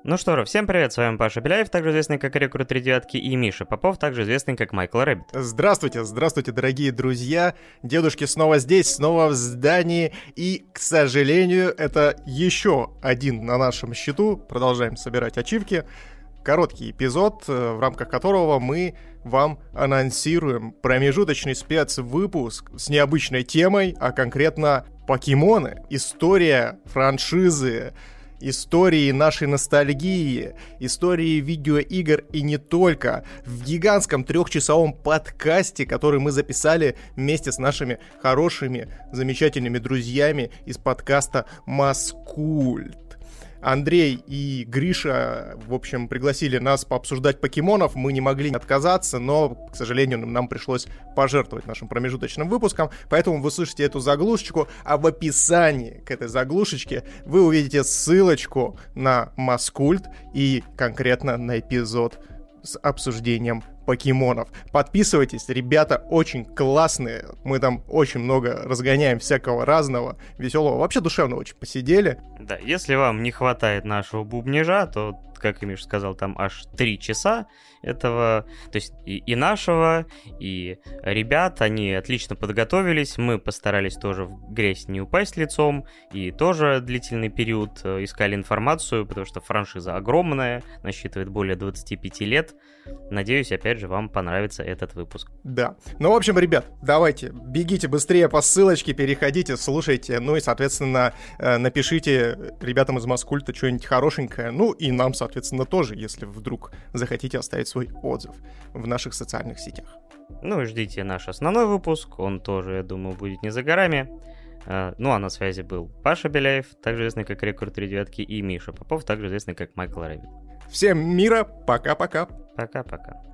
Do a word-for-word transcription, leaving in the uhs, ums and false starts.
Ну что же, всем привет, с вами Паша Беляев, также известный как Рекрут три девятки, и Миша Попов, также известный как Майкл Рэббит. Здравствуйте, здравствуйте, дорогие друзья. Дедушки снова здесь, снова в здании. И, к сожалению, это еще один на нашем счету. Продолжаем собирать ачивки. Короткий эпизод, в рамках которого мы вам анонсируем промежуточный спецвыпуск с необычной темой, а конкретно покемоны. История франшизы, истории нашей ностальгии, истории видеоигр и не только, в гигантском трехчасовом подкасте, который мы записали вместе с нашими хорошими, замечательными друзьями из подкаста «Маскульт». Андрей и Гриша, в общем, пригласили нас пообсуждать покемонов, мы не могли отказаться, но, к сожалению, нам пришлось пожертвовать нашим промежуточным выпуском, поэтому вы слышите эту заглушечку, а в описании к этой заглушечке вы увидите ссылочку на Маскульт и конкретно на эпизод с обсуждением покемонов. Подписывайтесь, ребята очень классные, мы там очень много разгоняем всякого разного, веселого, вообще душевно очень посидели. Да, если вам не хватает нашего бубнижа, то, как и Миша сказал, там аж три часа этого, то есть и, и нашего, и ребят, они отлично подготовились, мы постарались тоже в грязь не упасть лицом, и тоже длительный период искали информацию, потому что франшиза огромная, насчитывает более двадцать пять лет. Надеюсь, опять же, вам понравится этот выпуск. Да. Ну, в общем, ребят, давайте, бегите быстрее по ссылочке, переходите, слушайте, ну и, соответственно, напишите ребятам из Маскульта что-нибудь хорошенькое, ну и нам, соответственно, тоже, если вдруг захотите оставить свой отзыв в наших социальных сетях. Ну и ждите наш основной выпуск, он тоже, я думаю, будет не за горами. Ну а на связи был Паша Беляев, также известный как Рекрут три девятки, и Миша Попов, также известный как Майкл Рэббит. Всем мира, пока-пока. Пока-пока.